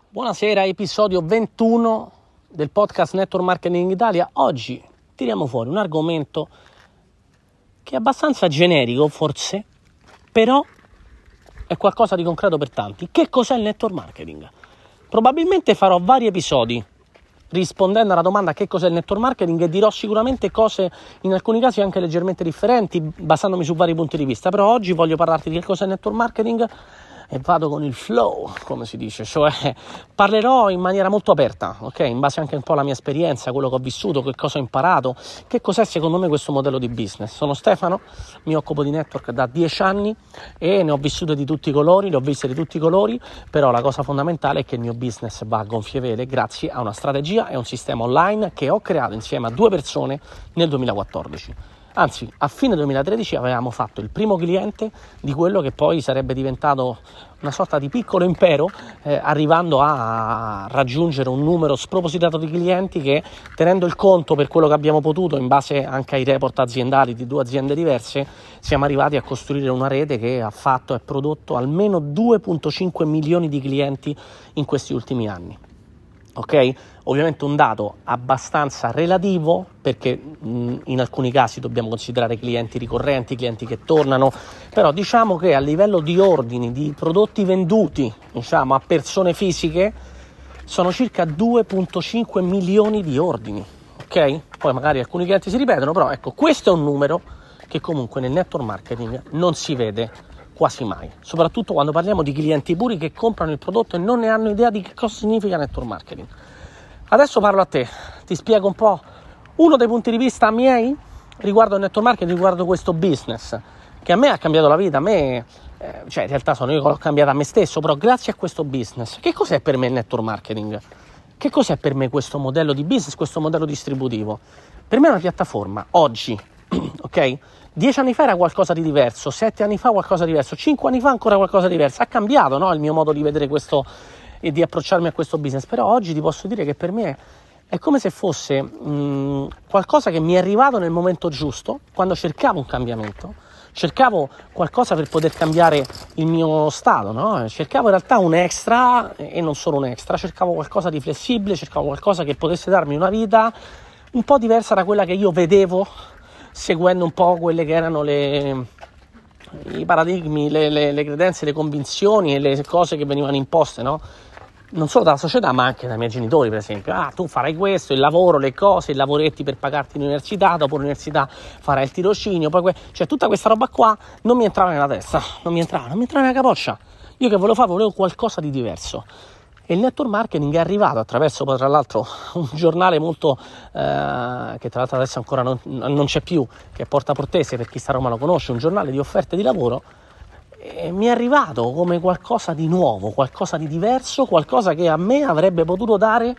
Buonasera, episodio 21 del podcast Network Marketing Italia. Oggi tiriamo fuori un argomento che è abbastanza generico forse, però è qualcosa di concreto per tanti. Che cos'è il network marketing? Probabilmente farò vari episodi rispondendo alla domanda che cos'è il network marketing e dirò sicuramente cose in alcuni casi anche leggermente differenti basandomi su vari punti di vista, però oggi voglio parlarti di che cos'è il network marketing e vado con il flow, come si dice, cioè parlerò in maniera molto aperta, ok? In base anche un po' alla mia esperienza, quello che ho vissuto, che cosa ho imparato, che cos'è secondo me questo modello di business. Sono Stefano, mi occupo di network da 10 anni e ne ho vissute di tutti i colori, le ho viste di tutti i colori, però la cosa fondamentale è che il mio business va a gonfie vele grazie a una strategia e un sistema online che ho creato insieme a 2 persone nel 2014. Anzi, a fine 2013 avevamo fatto il primo cliente di quello che poi sarebbe diventato una sorta di piccolo impero, arrivando a raggiungere un numero spropositato di clienti che, tenendo il conto per quello che abbiamo potuto, in base anche ai report aziendali di 2 aziende diverse, siamo arrivati a costruire una rete che ha fatto e prodotto almeno 2,5 milioni di clienti in questi ultimi anni. Ok? Ovviamente un dato abbastanza relativo perché in alcuni casi dobbiamo considerare clienti ricorrenti, clienti che tornano, però diciamo che a livello di ordini, di prodotti venduti, diciamo a persone fisiche, sono circa 2,5 milioni di ordini, ok? Poi magari alcuni clienti si ripetono, però ecco, questo è un numero che comunque nel network marketing non si vede quasi mai, soprattutto quando parliamo di clienti puri che comprano il prodotto e non ne hanno idea di che cosa significa network marketing. Adesso parlo a te, ti spiego un po' uno dei punti di vista miei riguardo il network marketing, riguardo questo business che a me ha cambiato la vita, in realtà sono io che l'ho cambiata a me stesso, però grazie a questo business. Che cos'è per me il network marketing? Che cos'è per me questo modello di business, questo modello distributivo? Per me è una piattaforma, oggi, ok? 10 anni fa era qualcosa di diverso, 7 anni fa qualcosa di diverso, 5 anni fa ancora qualcosa di diverso, ha cambiato, no? Il mio modo di vedere questo e di approcciarmi a questo business, però oggi ti posso dire che per me è come se fosse qualcosa che mi è arrivato nel momento giusto, quando cercavo un cambiamento, cercavo qualcosa per poter cambiare il mio stato, no? Cercavo in realtà un extra e non solo un extra, cercavo qualcosa di flessibile, cercavo qualcosa che potesse darmi una vita un po' diversa da quella che io vedevo seguendo un po' quelle che erano i paradigmi, le credenze, le convinzioni e le cose che venivano imposte, no? Non solo dalla società ma anche dai miei genitori, per esempio. Tu farai questo, il lavoro, le cose, i lavoretti per pagarti l'università, dopo l'università farai il tirocinio, poi cioè tutta questa roba qua non mi entrava nella testa, non mi entrava nella capoccia. Io che volevo fare, volevo qualcosa di diverso. E il network marketing è arrivato attraverso poi tra l'altro un giornale molto che tra l'altro adesso ancora non c'è più, che è Porta Portese, per chi sta a Roma lo conosce, un giornale di offerte di lavoro, e mi è arrivato come qualcosa di nuovo, qualcosa di diverso, qualcosa che a me avrebbe potuto dare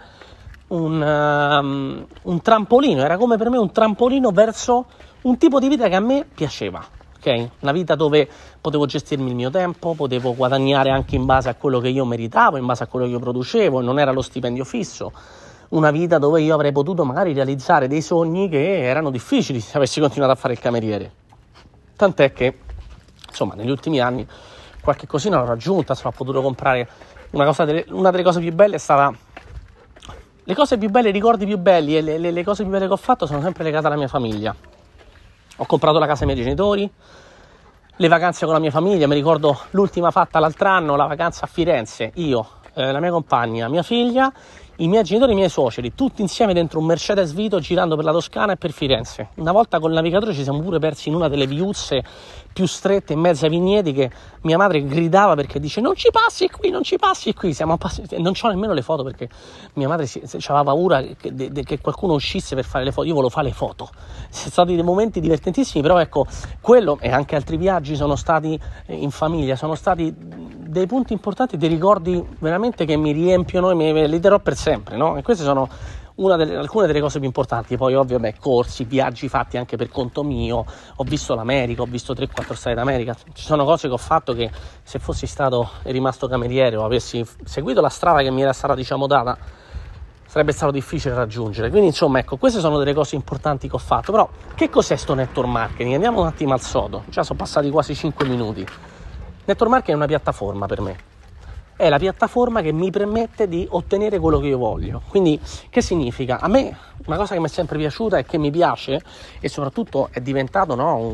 un trampolino, era come per me un trampolino verso un tipo di vita che a me piaceva. Okay? Una vita dove potevo gestirmi il mio tempo, potevo guadagnare anche in base a quello che io meritavo, in base a quello che io producevo, non era lo stipendio fisso. Una vita dove io avrei potuto magari realizzare dei sogni che erano difficili se avessi continuato a fare il cameriere. Tant'è che, insomma, negli ultimi anni qualche cosina l'ho raggiunta, ho potuto comprare una delle cose più belle è stata... Le cose più belle, i ricordi più belli e le cose più belle che ho fatto sono sempre legate alla mia famiglia. Ho comprato la casa ai miei genitori, le vacanze con la mia famiglia, mi ricordo l'ultima fatta l'altro anno, la vacanza a Firenze, io, la mia compagna, mia figlia, i miei genitori e i miei suoceri, tutti insieme dentro un Mercedes Vito girando per la Toscana e per Firenze. Una volta col navigatore ci siamo pure persi in una delle viuzze più strette in mezzo ai vigneti, che mia madre gridava perché dice non ci passi qui, non ci passi qui, non c'ho nemmeno le foto perché mia madre aveva paura che qualcuno uscisse per fare le foto. Io volevo fare le foto, sono stati dei momenti divertentissimi, però ecco, quello e anche altri viaggi sono stati in famiglia, sono stati dei punti importanti, dei ricordi veramente che mi riempiono e li terrò per sempre, no? E queste sono alcune delle cose più importanti. Poi ovvio, corsi, viaggi fatti anche per conto mio, ho visto l'America, ho visto 3-4 stati d'America, ci sono cose che ho fatto che se fossi stato e rimasto cameriere o avessi seguito la strada che mi era stata data sarebbe stato difficile raggiungere. Quindi insomma, ecco, queste sono delle cose importanti che ho fatto. Però che cos'è sto network marketing? Andiamo un attimo al sodo, già sono passati quasi 5 minuti. Network marketing è una piattaforma per me, è la piattaforma che mi permette di ottenere quello che io voglio. Quindi che significa? A me una cosa che mi è sempre piaciuta e che mi piace, e soprattutto è diventato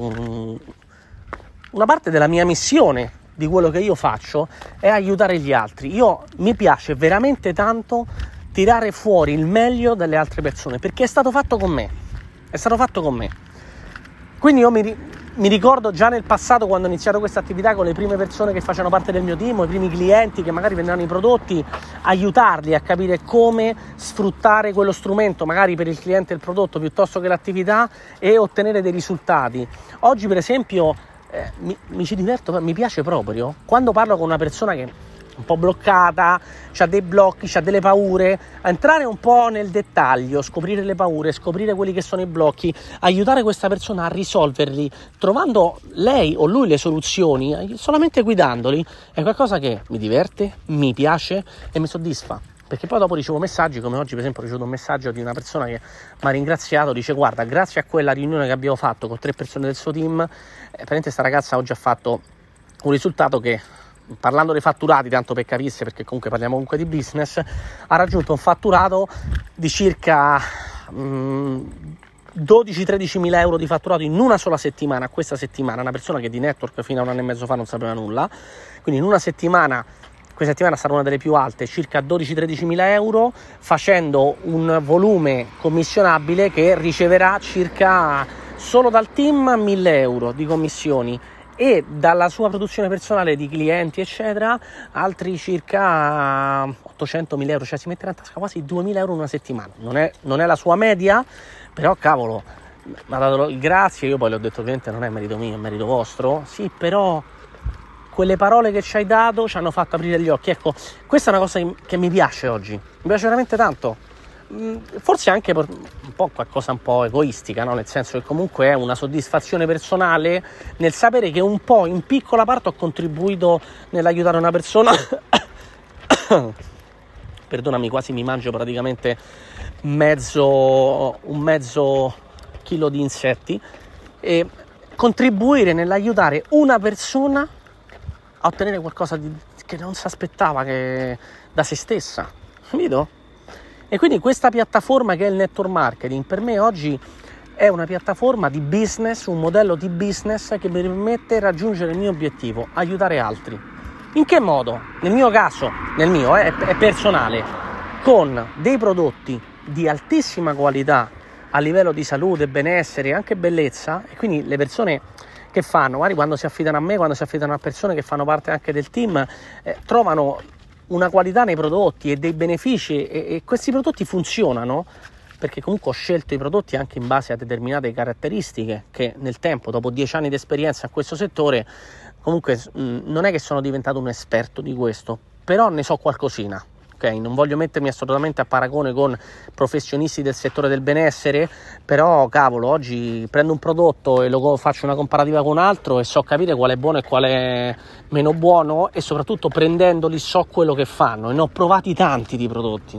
una parte della mia missione, di quello che io faccio, è aiutare gli altri. Mi piace veramente tanto tirare fuori il meglio dalle altre persone, perché è stato fatto con me. Quindi io mi ricordo già nel passato, quando ho iniziato questa attività, con le prime persone che facevano parte del mio team, i primi clienti che magari vendevano i prodotti, aiutarli a capire come sfruttare quello strumento, magari per il cliente il prodotto piuttosto che l'attività, e ottenere dei risultati. Oggi per esempio mi ci diverto, mi piace proprio quando parlo con una persona che un po' bloccata, c'ha dei blocchi, c'ha delle paure, a entrare un po' nel dettaglio, scoprire le paure, scoprire quelli che sono i blocchi, aiutare questa persona a risolverli, trovando lei o lui le soluzioni, solamente guidandoli, è qualcosa che mi diverte, mi piace e mi soddisfa. Perché poi dopo ricevo messaggi, come oggi per esempio ho ricevuto un messaggio di una persona che mi ha ringraziato, dice: guarda, grazie a quella riunione che abbiamo fatto con 3 persone del suo team, praticamente sta ragazza oggi ha fatto un risultato che, parlando dei fatturati, tanto per capirsi, perché comunque parliamo comunque di business, ha raggiunto un fatturato di circa 12-13 mila euro di fatturato in una sola settimana. Questa settimana, una persona che di network fino a un anno e mezzo fa non sapeva nulla, quindi in una settimana, questa settimana sarà una delle più alte, circa 12-13 mila euro, facendo un volume commissionabile che riceverà circa solo dal team 1.000 euro di commissioni, e dalla sua produzione personale di clienti eccetera altri circa 800.000 euro, cioè si metterà in tasca quasi 2.000 euro in una settimana. Non è la sua media, però cavolo, mi ha dato il grazie. Io poi le ho detto ovviamente non è merito mio, è merito vostro, sì, però quelle parole che ci hai dato ci hanno fatto aprire gli occhi. Ecco, questa è una cosa che mi piace oggi, mi piace veramente tanto. Forse anche per un po' qualcosa un po' egoistica, no? Nel senso che comunque è una soddisfazione personale nel sapere che un po' in piccola parte ho contribuito nell'aiutare una persona perdonami, quasi mi mangio praticamente un mezzo chilo di insetti, e contribuire nell'aiutare una persona a ottenere qualcosa che non si aspettava da se stessa, capito? E quindi questa piattaforma che è il network marketing per me oggi è una piattaforma di business, un modello di business che mi permette di raggiungere il mio obiettivo, aiutare altri. In che modo? Nel mio caso, è personale, con dei prodotti di altissima qualità a livello di salute, benessere e anche bellezza, e quindi le persone che fanno, magari quando si affidano a me, quando si affidano a persone che fanno parte anche del team, trovano una qualità nei prodotti e dei benefici, e questi prodotti funzionano perché comunque ho scelto i prodotti anche in base a determinate caratteristiche che nel tempo, dopo 10 anni di esperienza in questo settore, comunque non è che sono diventato un esperto di questo, però ne so qualcosina. Okay, non voglio mettermi assolutamente a paragone con professionisti del settore del benessere, però cavolo, oggi prendo un prodotto e lo faccio una comparativa con un altro e so capire qual è buono e qual è meno buono, e soprattutto prendendoli so quello che fanno, e ne ho provati tanti di prodotti,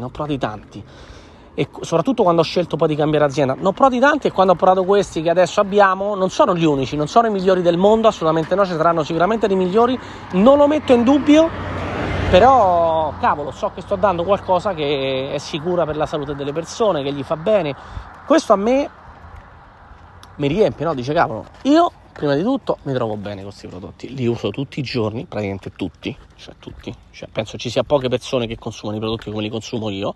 e soprattutto quando ho scelto poi di cambiare azienda, ne ho provati tanti, e quando ho provato questi che adesso abbiamo, non sono gli unici, non sono i migliori del mondo, assolutamente no, ci saranno sicuramente dei migliori, non lo metto in dubbio. Però cavolo, so che sto dando qualcosa che è sicura per la salute delle persone, che gli fa bene. Questo a me mi riempie, no? Dice cavolo, io prima di tutto mi trovo bene con questi prodotti, li uso tutti i giorni, praticamente tutti, penso ci sia poche persone che consumano i prodotti come li consumo io,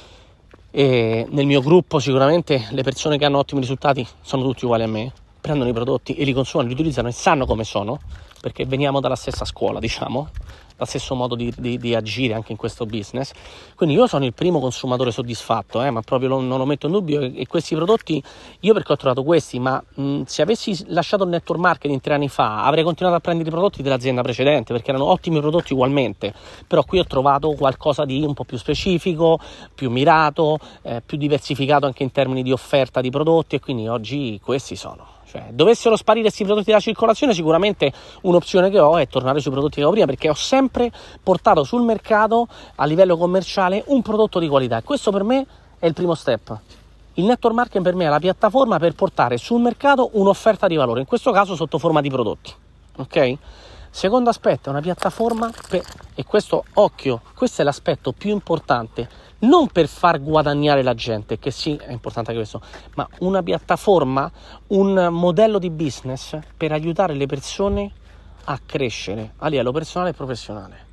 e nel mio gruppo sicuramente le persone che hanno ottimi risultati sono tutti uguali a me, prendono i prodotti e li consumano, li utilizzano e sanno come sono, perché veniamo dalla stessa scuola, diciamo, dal stesso modo di agire anche in questo business. Quindi io sono il primo consumatore soddisfatto, ma proprio non lo metto in dubbio, e questi prodotti, io perché ho trovato questi, ma se avessi lasciato il network marketing 3 anni fa avrei continuato a prendere i prodotti dell'azienda precedente, perché erano ottimi prodotti ugualmente, però qui ho trovato qualcosa di un po' più specifico, più mirato, più diversificato anche in termini di offerta di prodotti, e quindi oggi questi sono. Cioè, dovessero sparire questi prodotti dalla circolazione, sicuramente un'opzione che ho è tornare sui prodotti che avevo prima, perché ho sempre portato sul mercato a livello commerciale un prodotto di qualità, e questo per me è il primo step. Il network marketing per me è la piattaforma per portare sul mercato un'offerta di valore, in questo caso sotto forma di prodotti, ok? Secondo aspetto, è una piattaforma e questo, occhio, questo è l'aspetto più importante, non per far guadagnare la gente, che sì, è importante anche questo, ma una piattaforma, un modello di business per aiutare le persone a crescere a livello personale e professionale.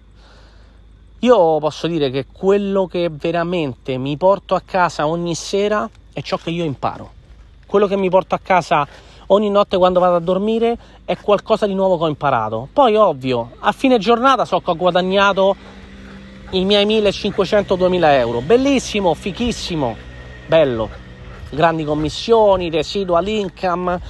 Io posso dire che quello che veramente mi porto a casa ogni sera è ciò che io imparo. Quello che mi porto a casa ogni notte quando vado a dormire è qualcosa di nuovo che ho imparato. Poi, ovvio, a fine giornata so che ho guadagnato i miei 1.500-2.000 euro. Bellissimo, fichissimo, bello. Grandi commissioni, residual income,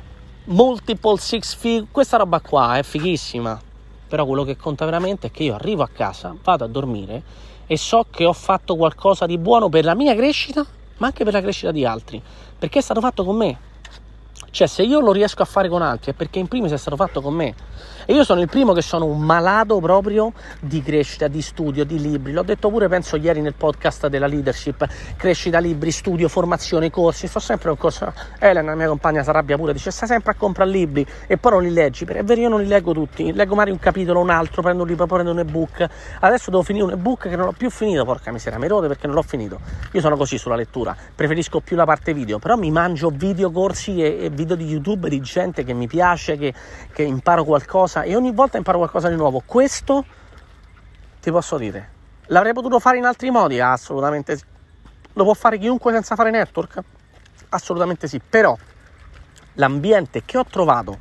multiple six figure, questa roba qua è fighissima. Però quello che conta veramente è che io arrivo a casa, vado a dormire e so che ho fatto qualcosa di buono per la mia crescita, ma anche per la crescita di altri, perché è stato fatto con me. Cioè, se io lo riesco a fare con altri è perché in primis è stato fatto con me. E io sono il primo che sono un malato proprio di crescita, di studio, di libri. L'ho detto pure, penso, ieri nel podcast della leadership. Crescita, libri, studio, formazione, corsi. Sto sempre un corso. Elena, la mia compagna, si arrabbia pure. Dice, stai sempre a comprare libri e poi non li leggi. È vero, io non li leggo tutti. Leggo magari un capitolo, un altro, prendo un libro, prendo un ebook. Adesso devo finire un ebook che non ho più finito. Porca miseria, mi rode perché non l'ho finito. Io sono così sulla lettura. Preferisco più la parte video. Però mi mangio video corsi e video di YouTube di gente che mi piace, che imparo qualcosa e ogni volta imparo qualcosa di nuovo. Questo ti posso dire, l'avrei potuto fare in altri modi? Assolutamente sì. Lo può fare chiunque senza fare network? Assolutamente sì. Però l'ambiente che ho trovato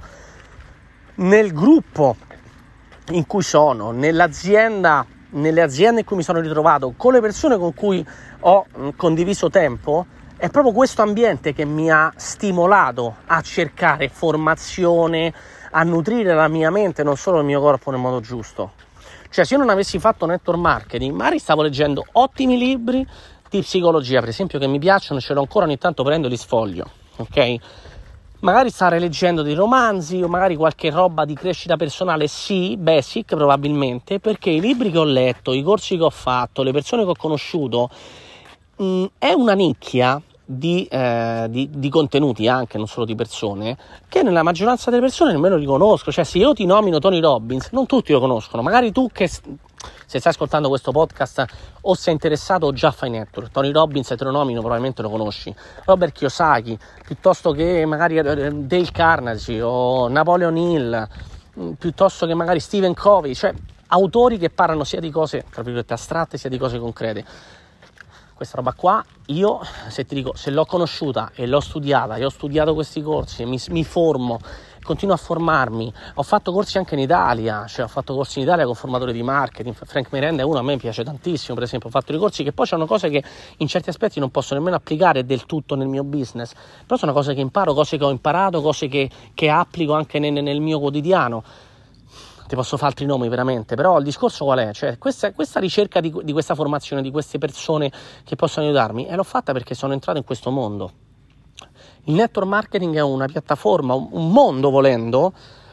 nel gruppo in cui sono, nelle aziende in cui mi sono ritrovato, con le persone con cui ho condiviso tempo, è proprio questo ambiente che mi ha stimolato a cercare formazione, a nutrire la mia mente, non solo il mio corpo, nel modo giusto. Cioè, se io non avessi fatto network marketing, magari stavo leggendo ottimi libri di psicologia, per esempio, che mi piacciono, ce l'ho ancora, ogni tanto prendo e li sfoglio, ok? Magari stare leggendo dei romanzi o magari qualche roba di crescita personale, sì, basic probabilmente, perché i libri che ho letto, i corsi che ho fatto, le persone che ho conosciuto, è una nicchia di contenuti, anche non solo di persone, che nella maggioranza delle persone nemmeno li conosco. Cioè, se io ti nomino Tony Robbins, non tutti lo conoscono. Magari tu, che se stai ascoltando questo podcast o sei interessato o già fai network, Tony Robbins, se te lo nomino probabilmente lo conosci. Robert Kiyosaki, piuttosto che magari Dale Carnegie o Napoleon Hill, piuttosto che magari Stephen Covey, cioè autori che parlano sia di cose tra virgolette astratte sia di cose concrete. Questa roba qua, io, se ti dico, se l'ho conosciuta e l'ho studiata e ho studiato questi corsi e mi formo, continuo a formarmi, ho fatto corsi anche in Italia, cioè ho fatto corsi in Italia con formatori di marketing, Frank Miranda è uno, a me piace tantissimo, per esempio, ho fatto dei corsi che poi hanno cose che in certi aspetti non posso nemmeno applicare del tutto nel mio business, però sono cose che imparo, cose che ho imparato, cose che applico anche nel mio quotidiano. Ti posso fare altri nomi veramente, però il discorso qual è? Cioè, questa ricerca di questa formazione, di queste persone che possono aiutarmi, e l'ho fatta perché sono entrato in questo mondo. Il network marketing è una piattaforma, un mondo volendo,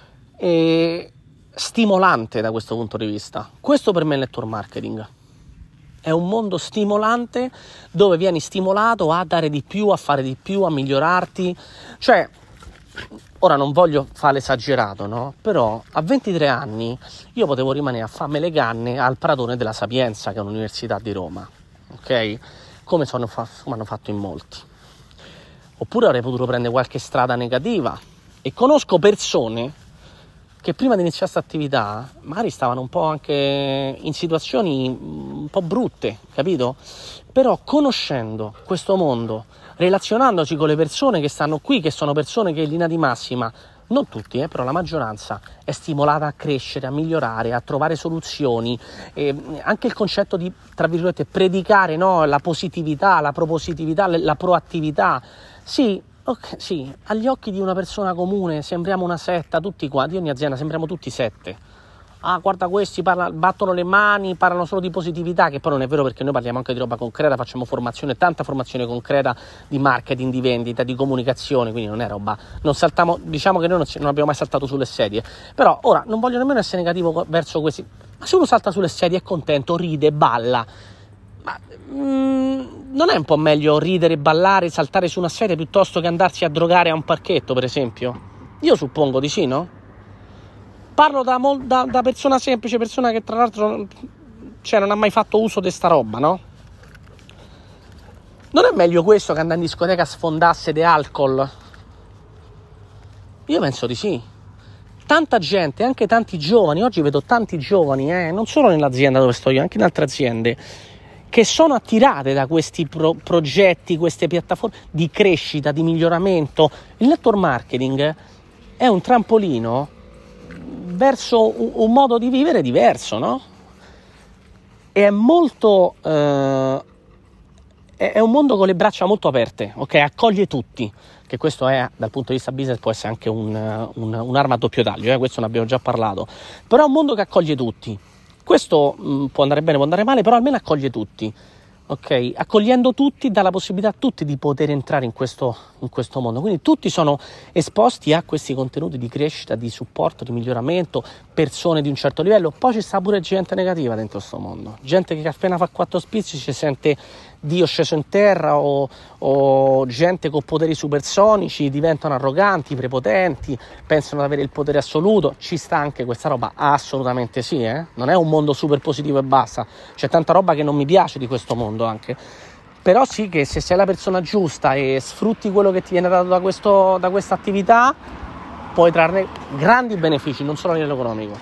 stimolante da questo punto di vista. Questo per me è il network marketing. È un mondo stimolante dove vieni stimolato a dare di più, a fare di più, a migliorarti. Cioè, ora non voglio fare l'esagerato, no? Però a 23 anni io potevo rimanere a farmi le canne al Pratone della Sapienza, che è un'università di Roma, ok? Come hanno fatto in molti. Oppure avrei potuto prendere qualche strada negativa. E conosco persone che prima di iniziare questa attività magari stavano un po' anche in situazioni un po' brutte, capito? Però conoscendo questo mondo, relazionandoci con le persone che stanno qui, che sono persone che in linea di massima, non tutti, però la maggioranza è stimolata a crescere, a migliorare, a trovare soluzioni, anche il concetto di, tra virgolette, predicare, no? La positività, la propositività, la proattività. Sì, okay, sì, agli occhi di una persona comune sembriamo una setta, tutti qua, di ogni azienda sembriamo tutti sette. Ah, guarda, questi battono le mani, parlano solo di positività, che poi non è vero, perché noi parliamo anche di roba concreta, facciamo formazione, tanta formazione concreta di marketing, di vendita, di comunicazione, quindi non è roba, non saltiamo, diciamo che noi non abbiamo mai saltato sulle sedie. Però ora non voglio nemmeno essere negativo verso questi, ma se uno salta sulle sedie è contento, ride, balla, ma non è un po' meglio ridere, ballare, saltare su una sedia piuttosto che andarsi a drogare a un parchetto, per esempio? Io suppongo di sì, no? Parlo da persona semplice, persona che tra l'altro non ha mai fatto uso di sta roba, no? Non è meglio questo che andare in discoteca a sfondarsi di alcol? Io penso di sì. Tanta gente, anche tanti giovani, oggi vedo tanti giovani, non solo nell'azienda dove sto io, anche in altre aziende, che sono attirate da questi progetti, queste piattaforme di crescita, di miglioramento. Il network marketing è un trampolino verso un modo di vivere diverso, no? E è molto è un mondo con le braccia molto aperte, ok? Accoglie tutti, che questo è, dal punto di vista business, può essere anche un'arma a doppio taglio, questo ne abbiamo già parlato, però è un mondo che accoglie tutti. Questo può andare bene, può andare male, però almeno accoglie tutti, ok? Accogliendo tutti dà la possibilità a tutti di poter entrare in questo mondo, quindi tutti sono esposti a questi contenuti di crescita, di supporto, di miglioramento, persone di un certo livello. Poi ci sta pure gente negativa dentro questo mondo, gente che appena fa 4 spizzi si sente Dio sceso in terra, o gente con poteri supersonici, diventano arroganti, prepotenti, pensano di avere il potere assoluto. Ci sta anche questa roba? Assolutamente sì, non è un mondo super positivo e basta, c'è tanta roba che non mi piace di questo mondo anche, però sì che se sei la persona giusta e sfrutti quello che ti viene dato da questa attività, puoi trarne grandi benefici, non solo a livello economico.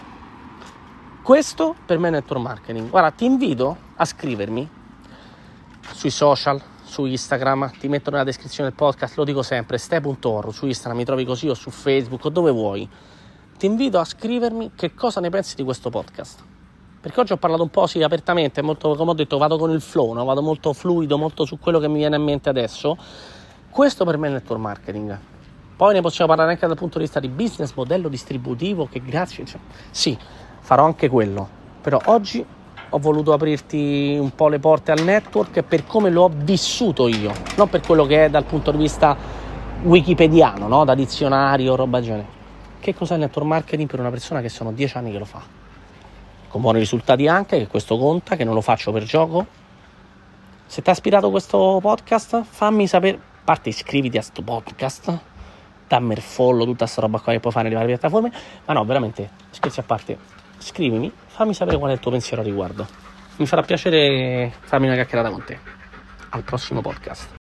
Questo per me è network marketing. Guarda, ti invito a scrivermi sui social, su Instagram, ti metto nella descrizione del podcast, lo dico sempre, ste.orru, su Instagram mi trovi così, o su Facebook, o dove vuoi. Ti invito a scrivermi che cosa ne pensi di questo podcast, perché oggi ho parlato un po' apertamente, molto, come ho detto, vado con il flow, no? Vado molto fluido, molto su quello che mi viene in mente adesso. Questo per me è il network marketing. Poi ne possiamo parlare anche dal punto di vista di business, modello distributivo, che grazie, sì, farò anche quello, però oggi ho voluto aprirti un po' le porte al network per come lo ho vissuto io, non per quello che è dal punto di vista wikipediano, no? Da dizionario, roba del genere. Che cos'è il network marketing per una persona che sono 10 anni che lo fa, con buoni risultati anche, che questo conta, che non lo faccio per gioco. Se ti ha ispirato questo podcast, fammi sapere, a parte iscriviti a sto podcast, dammi il follow, tutta sta roba qua che puoi fare nelle varie piattaforme, ma no, veramente, scherzi a parte, scrivimi, fammi sapere qual è il tuo pensiero a riguardo. Mi farà piacere farmi una chiacchierata con te. Al prossimo podcast.